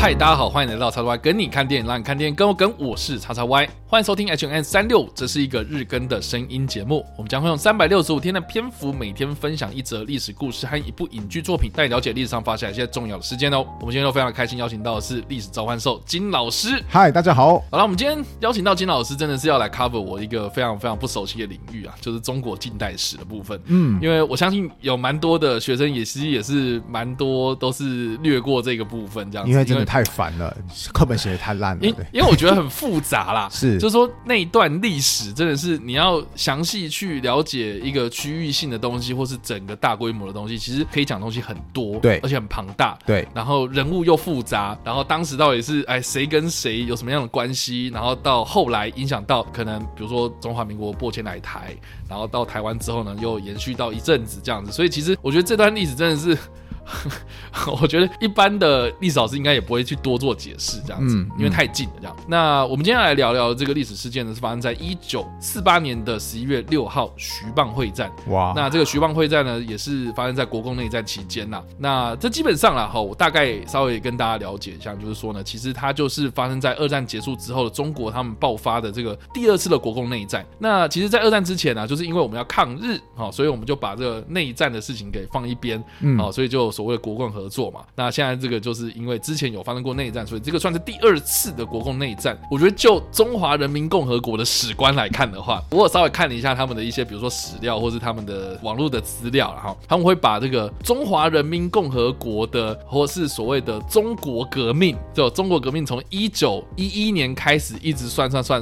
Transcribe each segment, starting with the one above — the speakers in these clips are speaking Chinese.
嗨，大家好，欢迎来到XXY跟你看电影，让你看电影跟我跟，我是XXY，欢迎收听 HN36， 这是一个日更的声音节目。我们将会用365天的篇幅，每天分享一则历史故事和一部影剧作品，带你了解历史上发生一些重要的事件哦。我们今天都非常开心邀请到的是历史召唤兽金老师。 嗨，大家好。 好了，我们今天邀请到金老师，真的是要来 cover 我一个非常非常不熟悉的领域啊，就是中国近代史的部分。因为我相信有蛮多的学生也是蛮多都是略过这个部分这样子， 因为真的太烦了，课本写得太烂了。 因为我觉得很复杂啦， 是， 就是说那一段历史真的是你要详细去了解一个区域性的东西，或是整个大规模的东西，其实可以讲的东西很多， 对， 而且很庞大， 对， 然后人物又复杂，然后当时到底是谁跟谁有什么样的关系，然后到后来影响到可能比如说中华民国播迁来台，然后到台湾之后呢，又延续到一阵子这样子，所以其实我觉得这段历史真的是。我觉得一般的历史老师应该也不会去多做解释这样子，因为太近了这样。那我们今天来聊聊这个历史事件呢，是发生在1948年的11月6号徐蚌会战。哇，那这个徐蚌会战呢，也是发生在国共内战期间啦。那这基本上啦，我大概稍微跟大家了解一下，就是说呢，其实它就是发生在二战结束之后的中国他们爆发的这个第二次的国共内战。那其实，在二战之前呢，就是因为我们要抗日，所以我们就把这个内战的事情给放一边，所以就所谓的国共合作嘛。那现在这个就是因为之前有发生过内战，所以这个算是第二次的国共内战。我觉得就中华人民共和国的史观来看的话，我有稍微看了一下他们的一些比如说史料或是他们的网络的资料，然后他们会把这个中华人民共和国的或是所谓的中国革命，就中国革命从1911年开始一直算到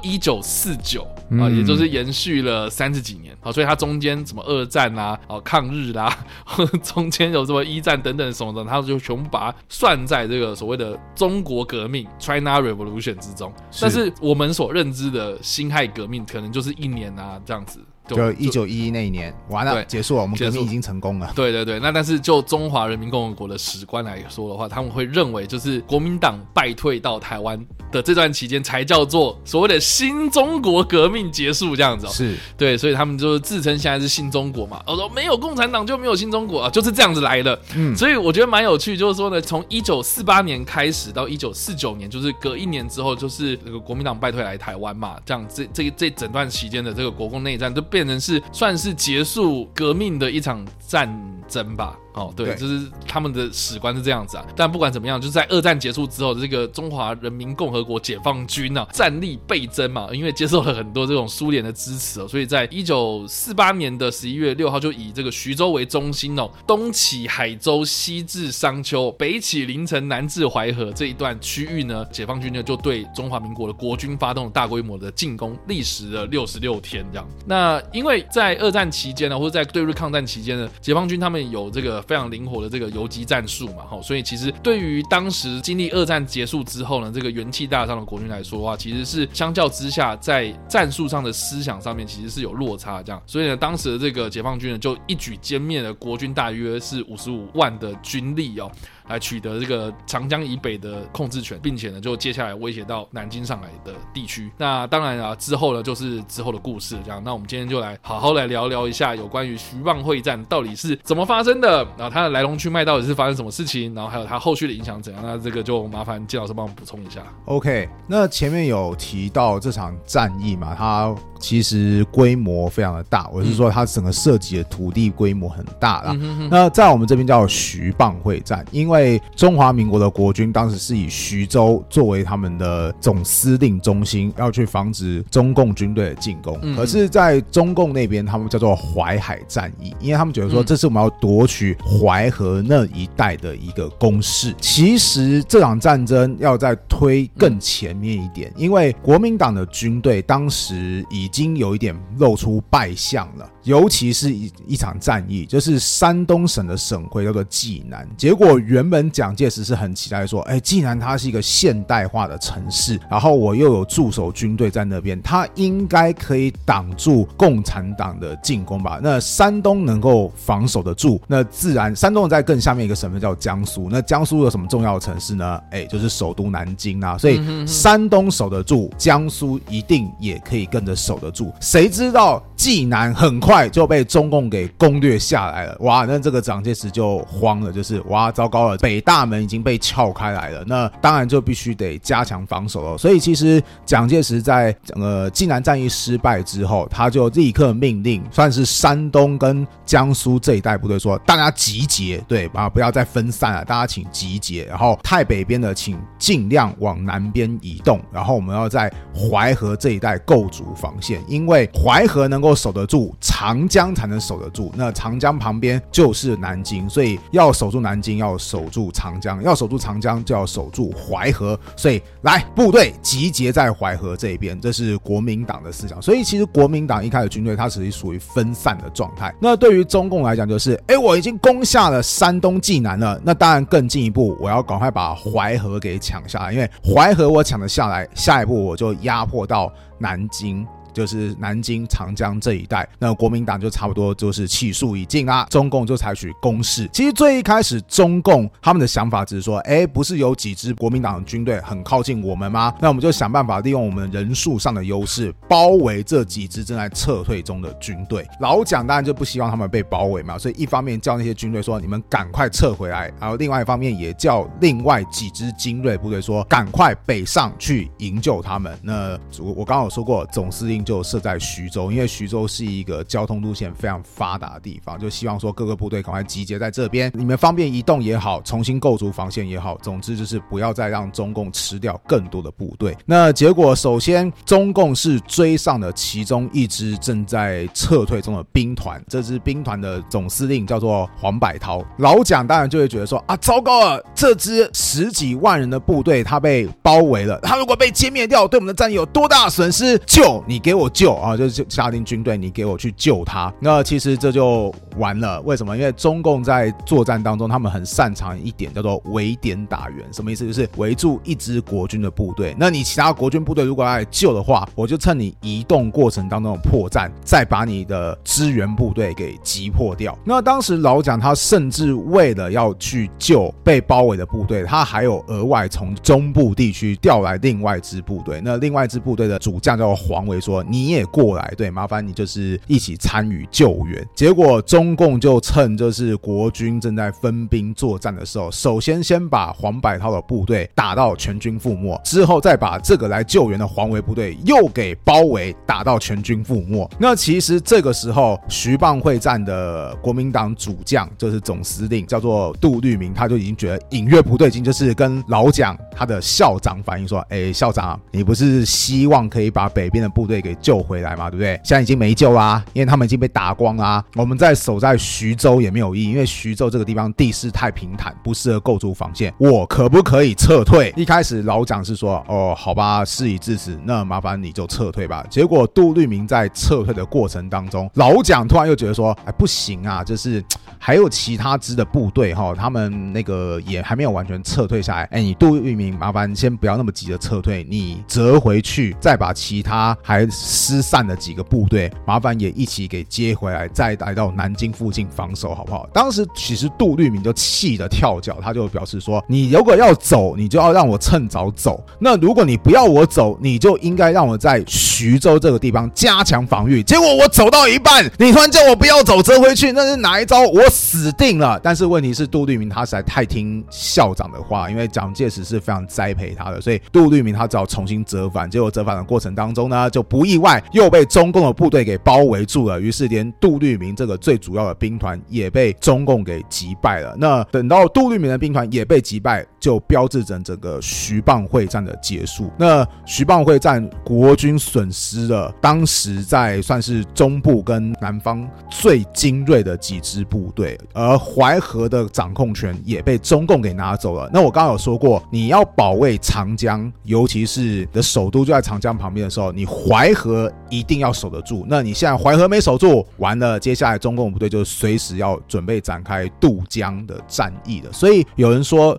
1949也就是延续了30几年，所以它中间什么二战啊、抗日啦，中间有什么一战等等什么的，它就全部把它算在这个所谓的中国革命 China Revolution 之中。但是我们所认知的辛亥革命可能就是1年啊这样子。 就1911那一年完了，结束了，我们革命已经成功了。 对对对，那但是就中华人民共和国的史观来说的话，他们会认为就是国民党败退到台湾的这段期间才叫做所谓的新中国革命结束这样子。是，对，所以他们就自称现在是新中国嘛。我说没有共产党就没有新中国啊，就是这样子来的。所以我觉得蛮有趣，就是说呢，从1948年开始到1949年，就是隔1年之后，就是那个国民党败退来台湾嘛，这样这整段期间的这个国共内战就变成是算是结束革命的一场战争吧。对，就是他们的史观是这样子啊。但不管怎么样，就是在二战结束之后，这个中华人民共和国解放军啊，战力倍增嘛，因为接受了很多这种苏联的支持所以在1948年的11月6号，就以这个徐州为中心东起海州，西至商丘，北起临城，南至淮河这一段区域呢，解放军呢就对中华民国的国军发动了大规模的进攻，历时了66天这样。那因为在二战期间呢，或者在对日抗战期间呢，解放军他们有这个非常灵活的这个游击战术嘛，所以其实对于当时经历二战结束之后呢，这个元气大伤的国军来说的话，其实是相较之下在战术上的思想上面其实是有落差这样。所以呢，当时的这个解放军呢就一举歼灭了国军大约是55万的军力来取得这个长江以北的控制权，并且呢就接下来威胁到南京上海的地区。那当然啊，之后呢就是之后的故事这样。那我们今天就来好好来聊聊一下有关于徐蚌会战到底是怎么发生的，然后它的来龙去脉到底是发生什么事情，然后还有它后续的影响怎样。那这个就麻烦金老师帮我们补充一下。 OK， 那前面有提到这场战役嘛，它其实规模非常的大，我是说它整个涉及的土地规模很大啦。那在我们这边叫徐蚌会战，因为中华民国的国军当时是以徐州作为他们的总司令中心，要去防止中共军队的进攻。可是在中共那边他们叫做淮海战役，因为他们觉得说这是我们要夺取淮河那一带的一个攻势。其实这场战争要再推更前面一点，因为国民党的军队当时已经有一点露出败相了，尤其是一场战役，就是山东省的省会叫做济南。结果原本蒋介石是很期待说，济南它是一个现代化的城市，然后我又有驻守军队在那边，它应该可以挡住共产党的进攻吧。那山东能够防守得住，那自然山东在更下面一个省份叫江苏，那江苏有什么重要的城市呢？就是首都南京啊，所以山东守得住，江苏一定也可以跟着守得住。谁知道济南很快就被中共给攻略下来了。哇，那这个蒋介石就慌了，就是哇，糟糕了，北大门已经被撬开来了，那当然就必须得加强防守了。所以其实蒋介石在济南战役失败之后，他就立刻命令算是山东跟江苏这一带部队说，大家集结，对吧？不要再分散了，大家请集结，然后太北边的请尽量往南边移动，然后我们要在淮河这一带构筑防线，因为淮河能够守得住，长江才能守得住，那长江旁边就是南京，所以要守住南京，要守住长江，要守住长江就要守住淮河，所以来部队集结在淮河这一边，这是国民党的思想。所以其实国民党一开始军队它是属于分散的状态，那对于中共来讲就是我已经攻下了山东济南了，那当然更进一步我要赶快把淮河给抢下来，因为淮河我抢得下来，下一步我就压迫到南京，就是南京长江这一带，那国民党就差不多就是气数已尽啦，中共就采取攻势。其实最一开始中共他们的想法只是说不是有几支国民党的军队很靠近我们吗？那我们就想办法利用我们人数上的优势包围这几支正在撤退中的军队。老蒋当然就不希望他们被包围嘛，所以一方面叫那些军队说你们赶快撤回来，然后另外一方面也叫另外几支精锐部队说赶快北上去营救他们。那我刚刚有说过，总司令就设在徐州，因为徐州是一个交通路线非常发达的地方，就希望说各个部队赶快集结在这边，你们方便移动也好，重新构筑防线也好，总之就是不要再让中共吃掉更多的部队。那结果首先中共是追上了其中一支正在撤退中的兵团，这支兵团的总司令叫做黄百韬。老蒋当然就会觉得说糟糕了，这支10几万人的部队他被包围了，他如果被歼灭掉，对我们的战役有多大的损失？救你给我救就是下令军队你给我去救他。那其实这就完了，为什么？因为中共在作战当中他们很擅长一点叫做围点打援。什么意思？就是围住一支国军的部队，那你其他国军部队如果要来救的话，我就趁你移动过程当中的破绽，再把你的支援部队给击破掉。那当时老蒋他甚至为了要去救被包围的部队，他还有额外从中部地区调来另外一支部队，那另外一支部队的主将叫做黄维，说你也过来，对，麻烦你就是一起参与救援。结果中共就趁就是国军正在分兵作战的时候，首先把黄百韬的部队打到全军覆没，之后再把这个来救援的黄维部队又给包围，打到全军覆没。那其实这个时候徐蚌会战的国民党主将就是总司令叫做杜聿明，他就已经觉得隐约不对劲，就是跟老蒋他的校长反映说校长你不是希望可以把北边的部队给救回来吗？对不对？现在已经没救啦，因为他们已经被打光啦，我们再守在徐州也没有意义，因为徐州这个地方地势太平坦，不适合构筑防线，我可不可以撤退？一开始老蒋是说好吧，事已至此，那麻烦你就撤退吧。结果杜聿明在撤退的过程当中，老蒋突然又觉得说不行啊，就是还有其他支的部队他们那个也还没有完全撤退下来，你杜聿明麻烦先不要那么急的撤退，你折回去再把其他还失散的几个部队麻烦也一起给接回来，再来到南京附近防守好不好？当时其实杜聿明就气得跳脚，他就表示说你如果要走，你就要让我趁早走，那如果你不要我走，你就应该让我在徐州这个地方加强防御。结果我走到一半，你突然叫我不要走，折回去，那是哪一招？我死定了。但是问题是杜聿明他实在太听校长的话，因为蒋介石是非常栽培他的，所以杜聿明他只好重新折返。结果折返的过程当中呢，就不意外又被中共的部队给包围住了，于是连杜聿明这个最主要的兵团也被中共给击败了。那等到杜聿明的兵团也被击败，就标志着整个徐蚌会战的结束。那徐蚌会战国军损失了当时在算是中部跟南方最精锐的几支部队，而淮河的掌控权也被中共给拿走了。那我刚刚有说过，你要保卫长江，尤其是你的首都就在长江旁边的时候，你淮河一定要守得住。那你现在淮河没守住，完了，接下来中共部队就随时要准备展开渡江的战役了。所以有人说，当年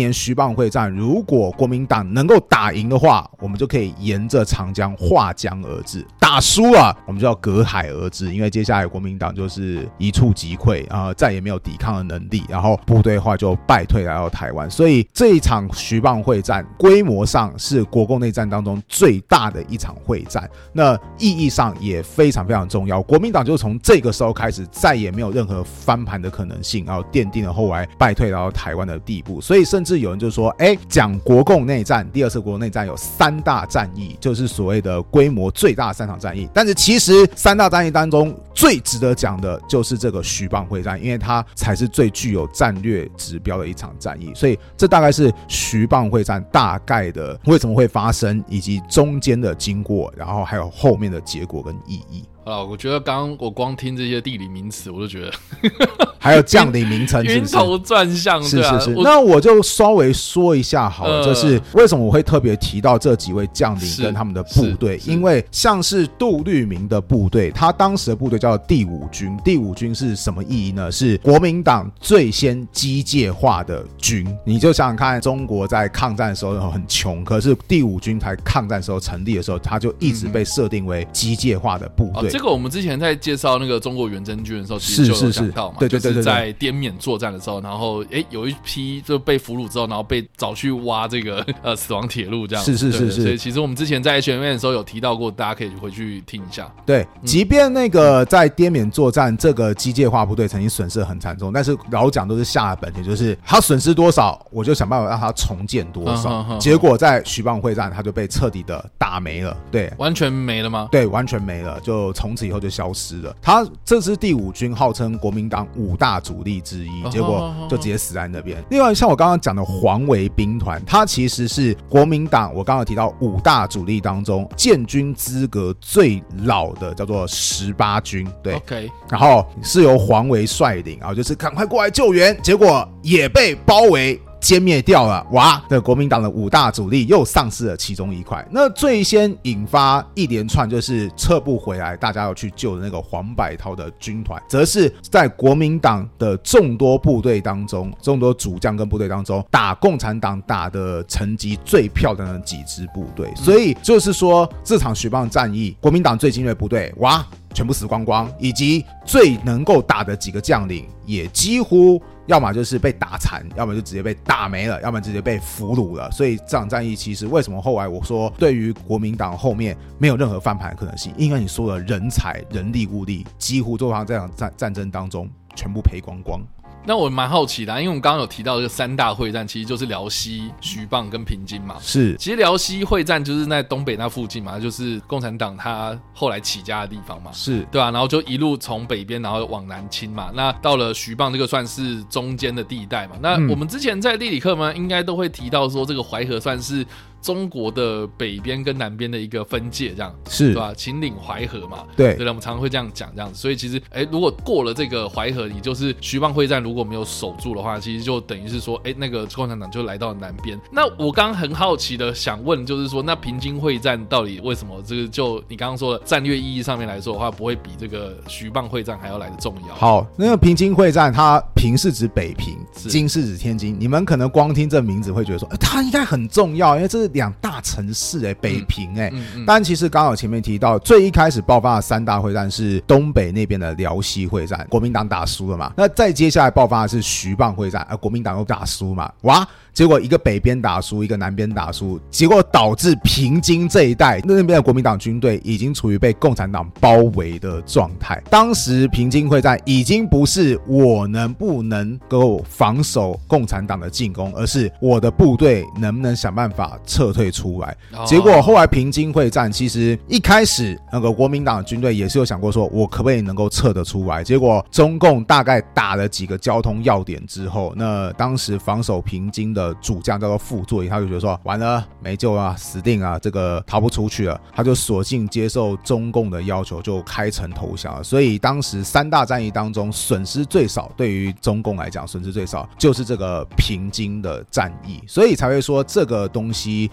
年徐蚌会战，如果国民党能够打赢的话，我们就可以沿着长江划江而治；打输了，我们就要隔海而治，因为接下来国民党就是一触即溃再也没有抵抗的能力，然后部队的话就败退来到台湾。所以这一场徐蚌会战规模上是国共内战当中最大的一场会战，那意义上也非常非常重要。国民党就从这个时候开始再也没有任何翻盘的可能性，然后奠定了后来败退到台湾的地步。所以甚至有人就说讲国共内战，第二次国共内战有3大战役，就是所谓的规模最大的3场战役。但是其实3大战役当中最值得讲的就是这个徐蚌会战，因为它才是最具有战略指标的一场战役。所以这大概是徐蚌会战大概的为什么会发生，以及中间的经过，然后还有后面的结果跟意义。 我觉得刚刚我光听这些地理名词，我就觉得还有将领名称晕头转向。 是是是，那我就稍微说一下好了，就是为什么我会特别提到这几位将领跟他们的部队，因为像是杜聿明的部队，他当时的部队叫第5军，第5军是什么意义呢？是国民党最先机械化的军。你就想想看，中国在抗战的时候很穷，可是第5军在抗战的时候成立的时候，他就一直被设定为机械化的部队。 这个我们之前在介绍那个中国远征军的时候，其实就有讲到嘛，对对对，就是在滇缅作战的时候，然后有一批就被俘虏之后，然后被找去挖这个死亡铁路这样。是是是是，所以其实我们之前在 HMN 的时候有提到过，大家可以回去听一下。对， 即便那个在滇缅作战，这个机械化部队曾经损失很惨重，但是老蒋都是下了本钱，就是他损失多少，我就想办法让他重建多少。结果在徐蚌会战，他就被彻底的打没了。对， 完全没了吗？ 对，完全没了，就从此以后就消失了。他这支第5军号称国民党5大主力之一，结果就直接死在那边。另外像我刚刚讲的黄维兵团，它其实是国民党我刚刚提到5大主力当中建军资格最老的，叫做18军。对 ，OK， 然后是由黄维率领，然后就是赶快过来救援，结果也被包围歼灭掉了。哇，这国民党的5大主力又丧失了其中一块。那最先引发一连串就是撤不回来，大家要去救的那个黄百韬的军团，则是在国民党的众多部队当中，众多主将跟部队当中，打共产党打的成绩最漂亮的几支部队。所以就是说，这场徐蚌战役，国民党最精锐部队，哇，全部死光光，以及最能够打的几个将领，也几乎要么就是被打残，要么就直接被打没了，要么直接被俘虏了。所以这场战役其实为什么后来我说对于国民党后面没有任何翻盘的可能性，因为你说的人才、人力、物力几乎都在这场战争当中全部赔光光。 那我蛮好奇的因为我们刚刚有提到这个3大会战，其实就是辽西、徐蚌跟平津嘛。是，其实辽西会战就是在东北那附近嘛，就是共产党他后来起家的地方嘛。是，对啊，然后就一路从北边然后往南侵嘛。那到了徐蚌这个算是中间的地带嘛。那我们之前在地理课嘛，应该都会提到说这个淮河算是中国的北边跟南边的一个分界，这样是，对吧？秦岭淮河嘛，对，我们常常会这样讲，这样子。所以其实，如果过了这个淮河，你就是徐蚌会战，如果没有守住的话，其实就等于是说，那个共产党就来到南边。那我刚刚很好奇的想问，就是说，那平津会战到底为什么这个就你刚刚说的战略意义上面来说的话，不会比这个徐蚌会战还要来的重要？ 好，那个平津会战，它平是指北平，津是指天津。你们可能光听这名字会觉得说，它应该很重要，因为这是2大城市北平但其实刚好前面提到，最一开始爆发的3大会战是东北那边的辽西会战，国民党打输了嘛。那再接下来爆发的是徐蚌会战，国民党又打输嘛。哇，结果一个北边打输，一个南边打输，结果导致平津这一带那边的国民党军队已经处于被共产党包围的状态。当时平津会战已经不是我能不能够防守共产党的进攻，而是我的部队能不能想办法撤退出来。结果后来平津会战，其实一开始那个国民党的军队也是有想过说，我可不可以能够撤得出来。结果中共大概打了几个交通要点之后，那当时防守平津的主将叫做傅作义，他就觉得说完了没救啊，死定啊，这个逃不出去了，他就索性接受中共的要求，就开城投降了。所以当时3大战役当中损失最少，对于中共来讲损失最少就是这个平津的战役。所以才会说这个东西虽然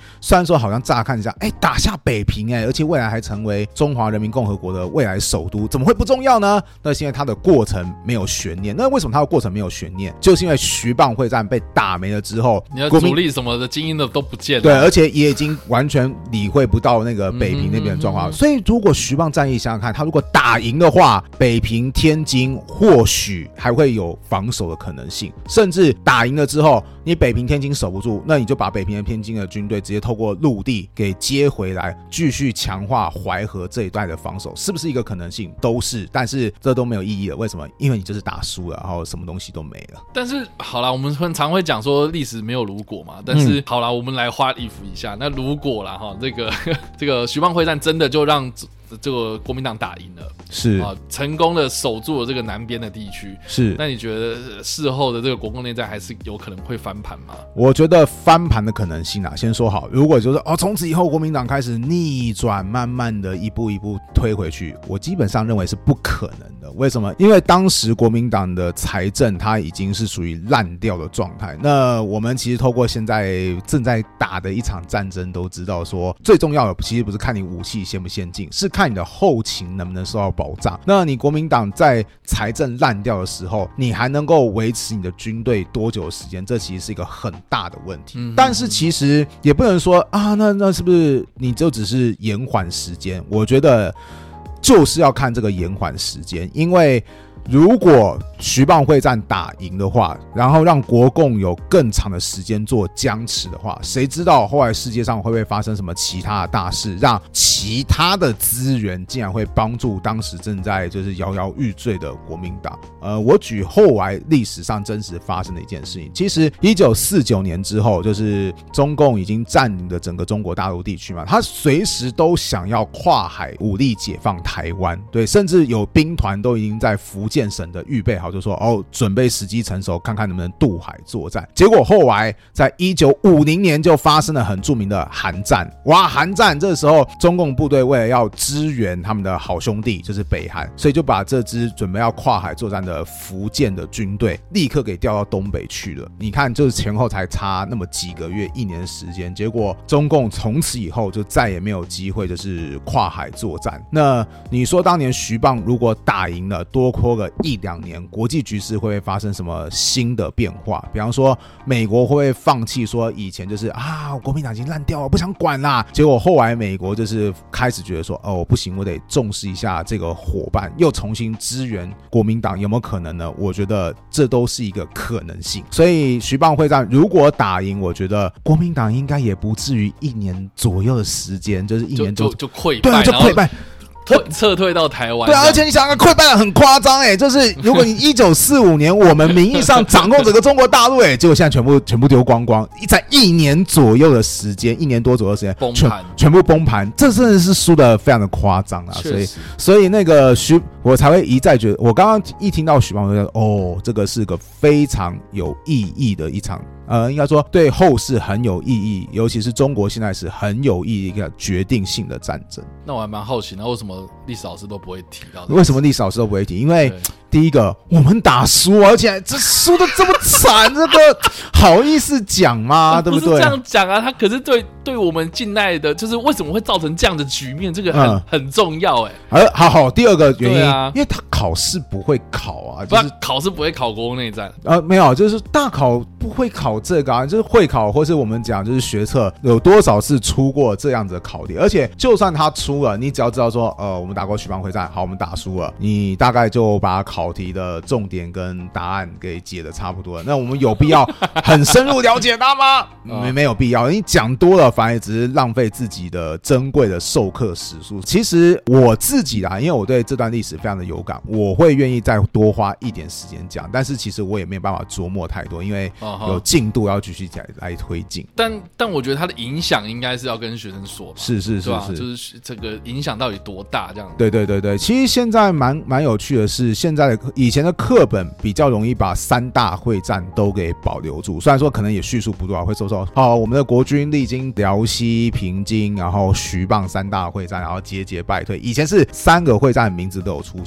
说好像乍看一下，打下北平而且未来还成为中华人民共和国的未来首都，怎么会不重要呢？那是因为它的过程没有悬念。那为什么它的过程没有悬念？就是因为徐蚌会战被打没了之后， 你的主力什么的精英的都不见了， 对，而且也已经完全理会不到那个北平那边的状况。所以如果徐蚌战役想想看，他如果打赢的话，北平、天津或许还会有防守的可能性，甚至打赢了之后，你北平、天津守不住，那你就把北平、天津的军队直接透过陆地给接回来，继续强化淮河这一带的防守，是不是一个可能性？都是，但是这都没有意义了。为什么？因为你就是打输了，然后什么东西都没了。 但是好啦，我们常会讲说历史没有如果嘛，但是好啦，我们来画衣服一下。那如果啦这个徐蚌会战真的就让这个国民党打赢了， 是成功的守住了这个南边的地区， 是。 那你觉得事后的这个国共内战还是有可能会翻盘吗？ 我觉得翻盘的可能性先说好，如果就是从此以后国民党开始逆转，慢慢的一步一步推回去，我基本上认为是不可能的。为什么？因为当时国民党的财政它已经是属于烂掉的状态。那我们其实透过现在正在打的一场战争都知道说，最重要的其实不是看你武器先不先进，是看你的后勤能不能受到保障。那你国民党在财政烂掉的时候，你还能够维持你的军队多久的时间？这其实是一个很大的问题。但是其实也不能说那是不是你就只是延缓时间？我觉得就是要看这个延缓时间，因为如果徐蚌会战打赢的话，然后让国共有更长的时间做僵持的话，谁知道后来世界上会不会发生什么其他的大事，让其他的资源竟然会帮助当时正在就是摇摇欲坠的国民党。我举后来历史上真实发生的一件事情，其实1949年之后，就是中共已经占领了整个中国大陆地区嘛，他随时都想要跨海武力解放台湾，对，甚至有兵团都已经在福建省的预备好，就说准备时机成熟，看看能不能渡海作战。结果后来在1950年就发生了很著名的韩战。哇，韩战这时候中共部队为了要支援他们的好兄弟就是北韩，所以就把这支准备要跨海作战的福建的军队立刻给调到东北去了。你看，就是前后才差那么几个月1年的时间，结果中共从此以后就再也没有机会就是跨海作战。那你说当年徐蚌如果打赢了，多拖个1-2年，国际局势会不会发生什么新的变化？比方说美国会不会放弃说以前就是国民党已经烂掉了，不想管啦，结果后来美国就是开始觉得说不行，我得重视一下这个伙伴，又重新支援国民党，有没有可能呢？我觉得这都是一个可能性。所以徐蚌会战如果打赢，我觉得国民党应该也不至于1年左右的时间，就是1年就溃败， 对，就溃败。 撤退到台湾， 对，而且你想想，溃败的很夸张就是如果你1945年我们名义上掌控整个中国大陆结果现在全部丢光光，在1年左右的时间，1年多左右的时间崩盘， 全部崩盘，这真的是输的非常的夸张所以那个我才会一再觉得，我刚刚一听到徐蚌会战，这个是个非常有意义的一场。应该说对后世很有意义，尤其是中国现在是很有意义一个决定性的战争。 那我还蛮好奇，那为什么历史老师都不会提到？ 为什么历史老师都不会提？因为第一个，我们打输，而且这输的这么惨，这个好意思讲吗？对不对？ 不是这样讲啊，他可是对我们境内的，就是为什么会造成这样的局面，这个很重要好，第二个原因，因为他考试不会考就是考试不会考国共内战， 没有，就是大考不会考这个就是会考，或是我们讲就是学测有多少次出过这样子的考题，而且就算他出了，你只要知道说，我们打过徐蚌会战，好，我们打输了，你大概就把考题的重点跟答案给解的差不多了。那我们有必要很深入了解它吗？没有必要，你讲多了反而只是浪费自己的珍贵的授课时数。其实我自己因为我对这段历史非常的有感，我会愿意再多花一点时间讲，但是其实我也没有办法琢磨太多，因为有进度要继续来推进。 但我觉得它的影响应该是要跟学生说， 是， 就是这个影响到底多大这样子。 对，其实现在蛮有趣的是，现在以前的课本比较容易把3大会战都给保留住，虽然说可能也叙述不多会说我们的国军历经辽西、平津，然后徐蚌3大会战，然后节节败退。以前是3个会战的名字都有出现，现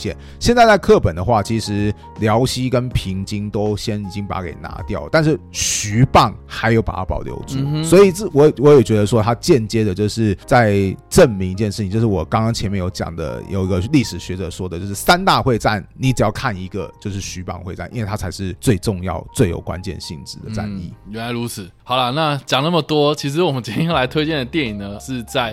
现在在课本的话，其实辽西跟平津都已经把它给拿掉，但是徐蚌还有把它保留住，所以我也觉得说，它间接的就是在证明一件事情，就是我刚刚前面有讲的，有一个历史学者说的，就是3大会战，你只要看一个就是徐蚌会战，因为它才是最重要、最有关键性质的战役。 原来如此。好了，那讲那么多，其实我们今天要来推荐的电影呢，是在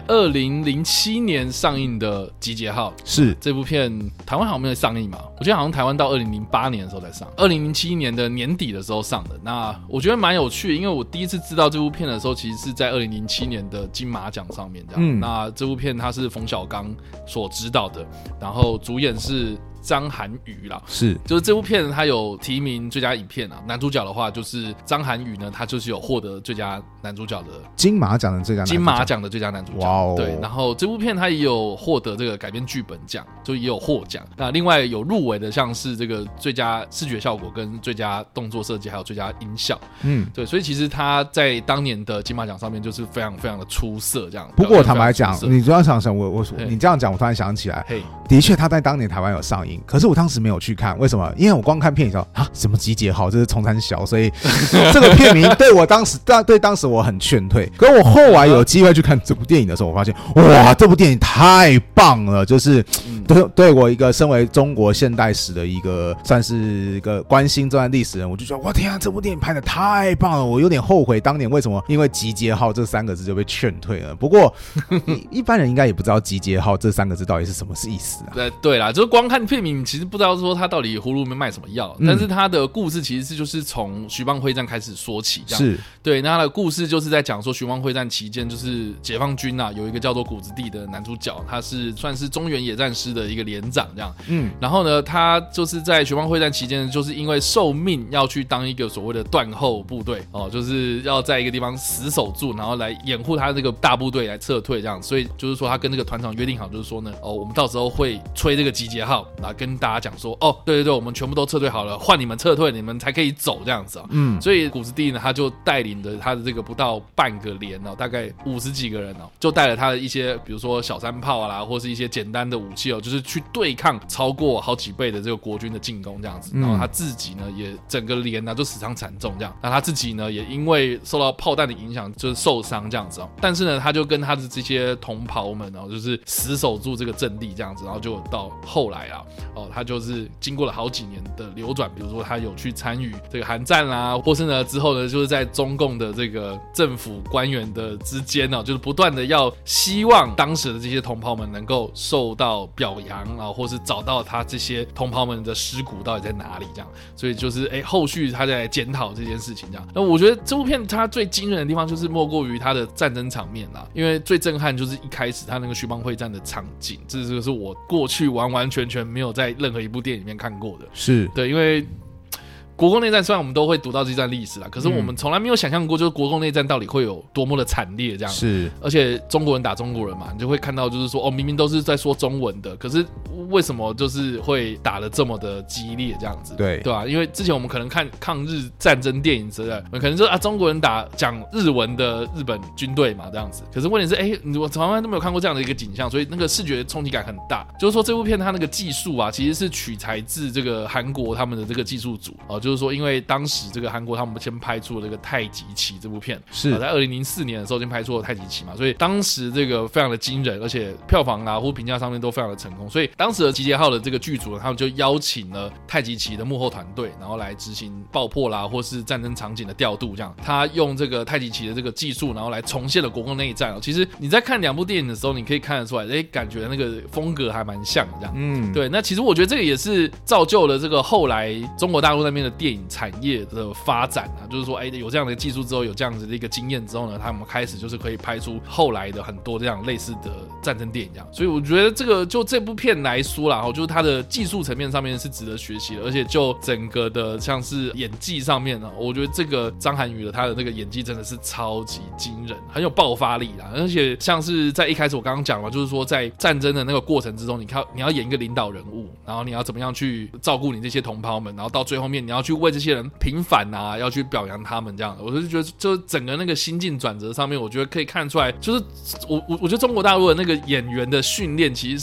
2007年上映的《集结号》。 是这部片台湾好像没有上映嘛？我记得好像台湾到2008年的时候才上，2007年的年底的时候上的。那我觉得蛮有趣的，因为我第一次知道这部片的时候，其实是在2007年的金马奖上面这样。那这部片它是冯小刚所指导的，然后主演是张涵予啦，就是这部片它有提名最佳影片啊，男主角的话就是张涵予呢，他就是有获得最佳男主角的金马奖的最佳男主角，对，然后这部片它也有获得这个改编剧本奖，就也有获奖。那另外有入围的像是这个最佳视觉效果跟最佳动作设计还有最佳音效，对，所以其实他在当年的金马奖上面就是非常非常的出色这样。 不过坦白讲，你这样想你这样讲，我突然想起来，的确他在当年台湾有上映。可是我当时没有去看，为什么？因为我光看片名说啊，什么集结号，这是冲三小，所以这个片名对当时我很劝退。可是我后来有机会去看这部电影的时候，我发现哇，这部电影太棒了，就是对我一个身为中国现代史的一个算是一个关心这段历史人，我就觉得哇天啊，这部电影拍得太棒了，我有点后悔当年为什么因为集结号这3个字就被劝退了。不过一般人应该也不知道集结号这3个字到底是什么意思啊？ 对啦，就是光看片名其实不知道说他到底葫芦里面卖什么药，但是他的故事其实就是从徐蚌会战开始说起，这样是对。那他的故事就是在讲说徐蚌会战期间，就是解放军啊有一个叫做谷子地的男主角，他是算是中原野战师的一个连长这样，然后呢，他就是在徐蚌会战期间，就是因为受命要去当一个所谓的断后部队哦，就是要在一个地方死守住，然后来掩护他这个大部队来撤退这样，所以就是说他跟这个团长约定好，就是说呢，我们到时候会吹这个集结号，然后跟大家讲说，对，我们全部都撤退好了，换你们撤退，你们才可以走这样子啊。所以谷子地呢，他就带领着他的这个不到半个连哦，大概50几个人哦，就带了他的一些，比如说小山炮啦，或是一些简单的武器哦，就是去对抗超过好几倍的这个国军的进攻这样子。然后他自己呢，也整个连呢就死伤惨重这样。那他自己呢，也因为受到炮弹的影响，就是受伤这样子哦。但是呢，他就跟他的这些同袍们哦，就是死守住这个阵地这样子，然后就到后来啊，他就是经过了好几年的流转，比如说他有去参与这个韩战啦，或是呢之后呢，就是在中共的这个政府官员的之间呢，就是不断的要希望当时的这些同袍们能够受到表扬啊，或是找到他这些同袍们的尸骨到底在哪里这样。所以就是后续他在检讨这件事情这样。那我觉得这部片它最惊人的地方就是莫过于它的战争场面啦，因为最震撼就是一开始他那个徐蚌会战的场景，这就是我过去完完全全没有在任何一部电影里面看过的。 是对， 因为国共内战虽然我们都会读到这段历史啦，可是我们从来没有想象过，就是国共内战到底会有多么的惨烈这样。 是， 而且中国人打中国人嘛，你就会看到就是说，明明都是在说中文的，可是为什么就是会打得这么的激烈这样子？对吧？因为之前我们可能看抗日战争电影之类的，可能说中国人打讲日文的日本军队嘛这样子。可是问题是，我从来都没有看过这样的一个景象，所以那个视觉冲击感很大。就是说这部片它那个技术啊，其实是取材自这个韩国他们的这个技术组就是说，因为当时这个韩国他们先拍出了这个《太极旗》这部片，是在2004年的时候先拍出了《太极旗》嘛，所以当时这个非常的惊人，而且票房啊或评价上面都非常的成功。所以当时的集结号的这个剧组呢，他们就邀请了《太极旗》的幕后团队，然后来执行爆破啦或是战争场景的调度，这样他用这个《太极旗》的这个技术，然后来重现了国共内战。其实你在看2部电影的时候，你可以看得出来，感觉那个风格还蛮像的这样。对。那其实我觉得这个也是造就了这个后来中国大陆那边的电影产业的发展啊，就是说，有这样的技术之后，有这样子的一个经验之后呢，他们开始就是可以拍出后来的很多这样类似的战争电影这样。所以我觉得这部片来说啦，就是它的技术层面上面是值得学习的，而且就整个的像是演技上面呢，我觉得这个张涵予的他的那个演技真的是超级惊人，很有爆发力啦。而且像是在一开始我刚刚讲了，就是说在战争的那个过程之中，你要演一个领导人物，然后你要怎么样去照顾你这些同胞们，然后到最后面你要去为这些人平反啊，要去表扬他们这样。我就觉得就整个那个心境转折上面，我觉得可以看出来，就是我觉得中国大陆的那个演员的训练其实是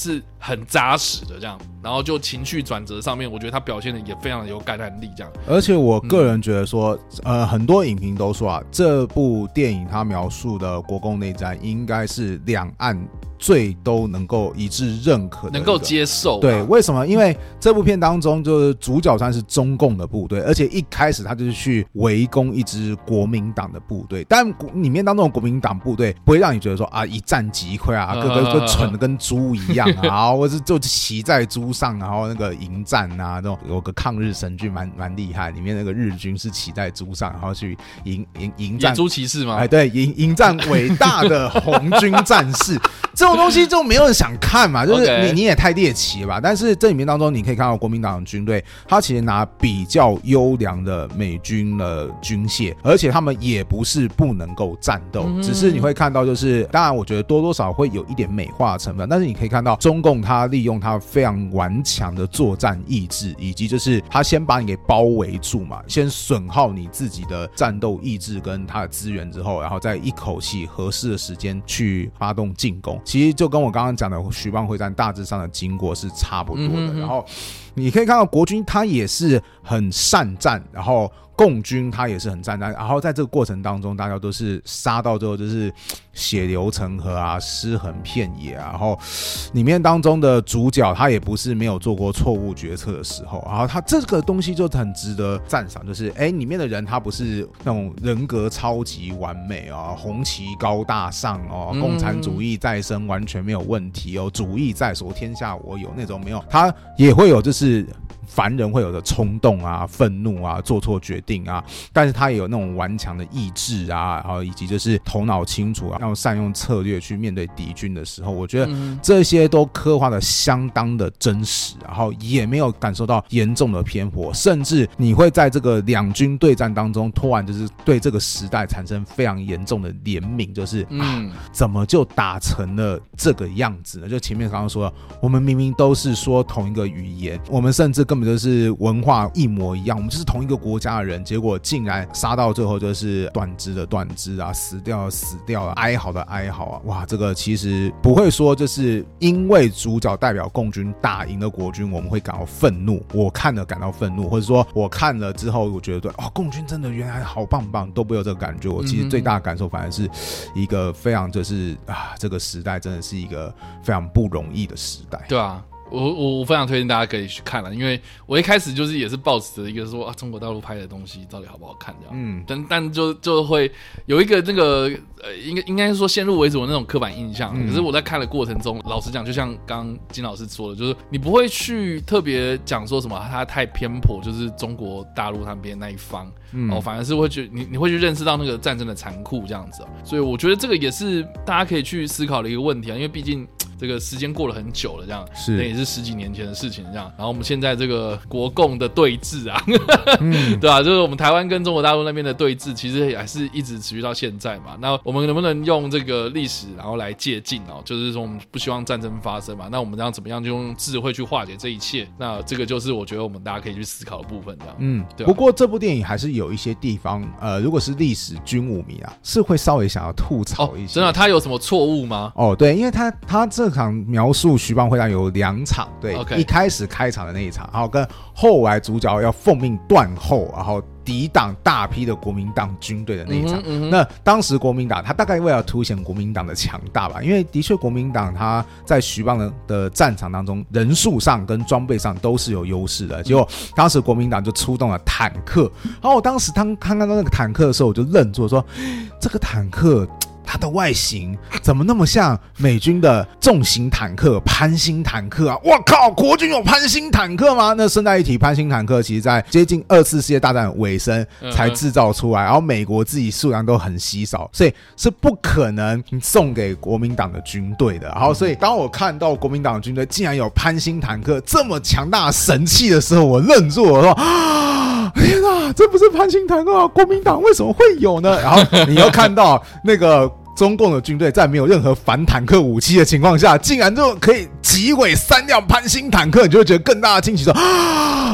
很扎实的这样，然后就情绪转折上面，我觉得他表现的也非常的有感染力这样。 而且我个人觉得说，很多影评都说啊，这部电影它描述的国共内战应该是两岸最都能够一致认可的， 能够接受。 对，为什么？因为这部片当中就是主角算是中共的部队，而且一开始他就是去围攻一支国民党的部队，但里面当中的国民党部队不会让你觉得说啊一战即溃啊，个蠢的跟猪一样啊，或是就骑在猪上，然后那个迎战啊，那种有个抗日神剧蛮厉害，里面那个日军是骑在猪上，然后去迎战野猪骑士吗？ 哎，对，迎战伟大的红军战士。这种东西就没有人想看嘛，就是你也太猎奇了吧。但是这里面当中你可以看到国民党的军队，他其实拿比较优良的美军的军械，而且他们也不是不能够战斗，只是你会看到就是当然我觉得多多少会有一点美化的成分，但是你可以看到中共他利用他非常顽强的作战意志，以及就是他先把你给包围住嘛，先损耗你自己的战斗意志跟他的资源之后，然后再一口气合适的时间去发动进攻。其实就跟我刚刚讲的徐蚌会战大致上的经过是差不多的，然后你可以看到国军他也是很善战，然后共军他也是很善战，然后在这个过程当中大家都是杀到最后就是血流成河啊，尸横遍野啊，然后里面当中的主角他也不是没有做过错误决策的时候，然后他这个东西就很值得赞赏，就是里面的人他不是那种人格超级完美啊，红旗高大上哦，共产主义再生完全没有问题哦，主义在手天下我有那种没有，他也会有就是凡人会有的冲动啊、愤怒啊、做错决定啊，但是他也有那种顽强的意志啊，然后以及就是头脑清楚啊，要善用策略去面对敌军的时候，我觉得这些都刻画的相当的真实，然后也没有感受到严重的偏颇，甚至你会在这个两军对战当中突然就是对这个时代产生非常严重的怜悯，就是怎么就打成了这个样子呢？就前面刚刚说了，我们明明都是说同一个语言，我们甚至根本就是文化一模一样，我们就是同一个国家的人，结果竟然杀到最后就是断肢的断肢啊，死掉的死掉了，哀嚎的哀嚎啊！哇，这个其实不会说就是因为主角代表共军打赢了国军，我们会感到愤怒。我看了感到愤怒，或者说我看了之后，我觉得对共军真的原来好棒棒，都不会有这个感觉。我其实最大的感受反而是一个非常就是这个时代真的是一个非常不容易的时代。 对啊。我非常推荐大家可以去看了，因为我一开始就是也是抱持着一个说中国大陆拍的东西到底好不好看这样，但就会有一个那个应该说先入为主的那种刻板印象，可是我在看的过程中，老实讲，就像刚刚金老师说的，就是你不会去特别讲说什么他太偏颇，就是中国大陆那边那一方，反而是会去你会去认识到那个战争的残酷这样子，所以我觉得这个也是大家可以去思考的一个问题啊，因为毕竟这个时间过了很久了，这样是那也是10几年前的事情，这样。然后我们现在这个国共的对峙啊，对吧？就是我们台湾跟中国大陆那边的对峙，其实还是一直持续到现在嘛。那我们能不能用这个历史，然后来借鉴哦？就是说我们不希望战争发生嘛，那我们这样怎么样就用智慧去化解这一切？那这个就是我觉得我们大家可以去思考的部分，这样。对。 不过这部电影还是有一些地方，如果是历史军武迷啊，是会稍微想要吐槽一些。 真的，他有什么错误吗？ 对，因为他这场描述徐蚌会战有2场，对，一开始开场的那一场，然后跟后来主角要奉命断后，然后抵挡大批的国民党军队的那一场。那当时国民党他大概为了凸显国民党的强大吧，因为的确国民党他在徐蚌的战场当中人数上跟装备上都是有优势的，结果当时国民党就出动了坦克，然后我当时看到那个坦克的时候，我就愣住说，这个坦克它的外形怎么那么像美军的重型坦克潘兴坦克啊？我靠，国军有潘兴坦克吗？那顺带一提，潘兴坦克其实在接近2次世界大战尾声才制造出来，然后美国自己数量都很稀少，所以是不可能送给国民党的军队的。然后所以当我看到国民党的军队竟然有潘兴坦克这么强大的神器的时候，我愣住，我说天哪，这不是潘兴坦克啊！国民党为什么会有呢？然后你又看到那个中共的军队在没有任何反坦克武器的情况下，竟然就可以击毁3辆潘兴坦克，你就会觉得更大的惊奇说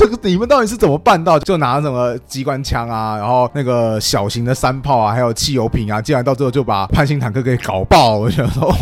这个你们到底是怎么办到？就拿什么机关枪啊，然后那个小型的山炮啊，还有汽油瓶啊，竟然到最后就把潘兴坦克给搞爆。我想说，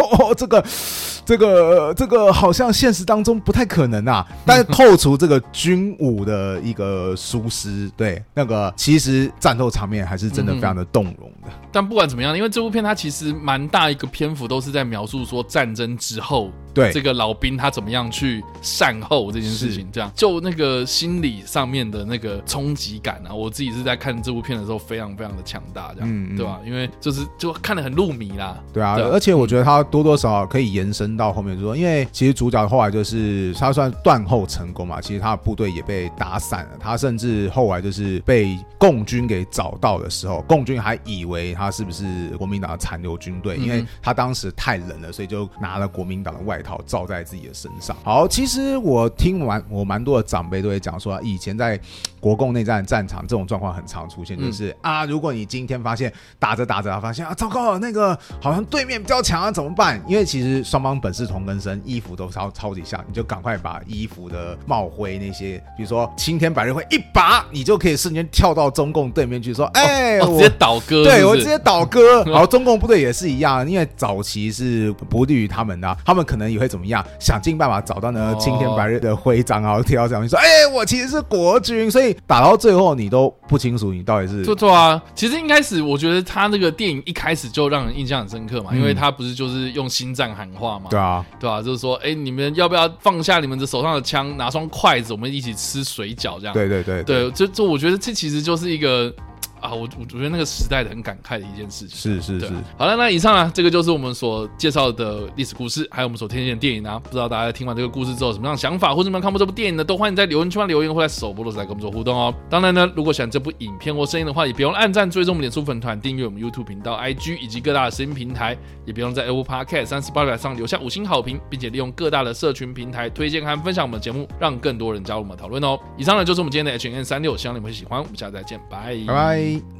这个好像现实当中不太可能啊。但是扣除这个军武的一个疏失，对，那个其实战斗场面还是真的非常的动容的。 但不管怎么样，因为这部片它其实蛮大一个篇幅都是在描述说战争之后， 对这个老兵他怎么样去善后这件事情，这样就那个心理上面的那个冲击感啊，我自己是在看这部片的时候非常非常的强大，这样，对吧？因为就看得很入迷啦。 对啊，而且我觉得他多多少少可以延伸到后面，就说，因为其实主角后来就是他算断后成功嘛，其实他的部队也被打散了，他甚至后来就是被共军给找到的时候，共军还以为他是不是国民党的残留军队，因为他当时太冷了，所以就拿了国民党的外套罩在自己的身上。好，其实我听完我蛮多的长辈都会讲说，以前在国共内战的战场这种状况很常出现，就是如果你今天发现打着打着发现糟糕了，那个好像对面比较强怎么办？因为其实双方本是同根生，衣服都超级像，你就赶快把衣服的帽徽那些，比如说青天白日辉一拔，你就可以瞬间跳到中共对面去说，我直接倒戈， 对，我直接倒戈。然后中共部队也是一样，因为早期是不利于他们的，他们可能也会怎么样，想尽办法找到那个青天白日的徽章，然后贴到上面说，我其实是国军，所以打到最后你都不清楚你到底是对啊。其实一开始我觉得他那个电影一开始就让人印象很深刻嘛，因为他不是就是用心脏喊话嘛， 对啊， 就是说，你们要不要放下你们的手上的枪，拿双筷子，我们一起吃水饺这样。对，这我觉得这其实就是一个。我觉得那个时代的很感慨的一件事情。是。好了，那以上这个就是我们所介绍的历史故事，还有我们所推荐的电影啊。不知道大家听完这个故事之后有什么样的想法，或者有没有看过这部电影呢？都欢迎在留言区留言，或在首播的时候来跟我们做互动哦。当然呢，如果喜欢这部影片或声音的话，也别忘了按赞、追踪我们脸书粉团、订阅我们 YouTube 频道、IG 以及各大的声音平台，也别忘了在 Apple Podcast 38上留下5星好评，并且利用各大的社群平台推荐和分享我们的节目，让更多人加入我们的讨论哦。以上呢就是我们今天的 HN36，希望你们会喜欢。我们下次再见，拜拜。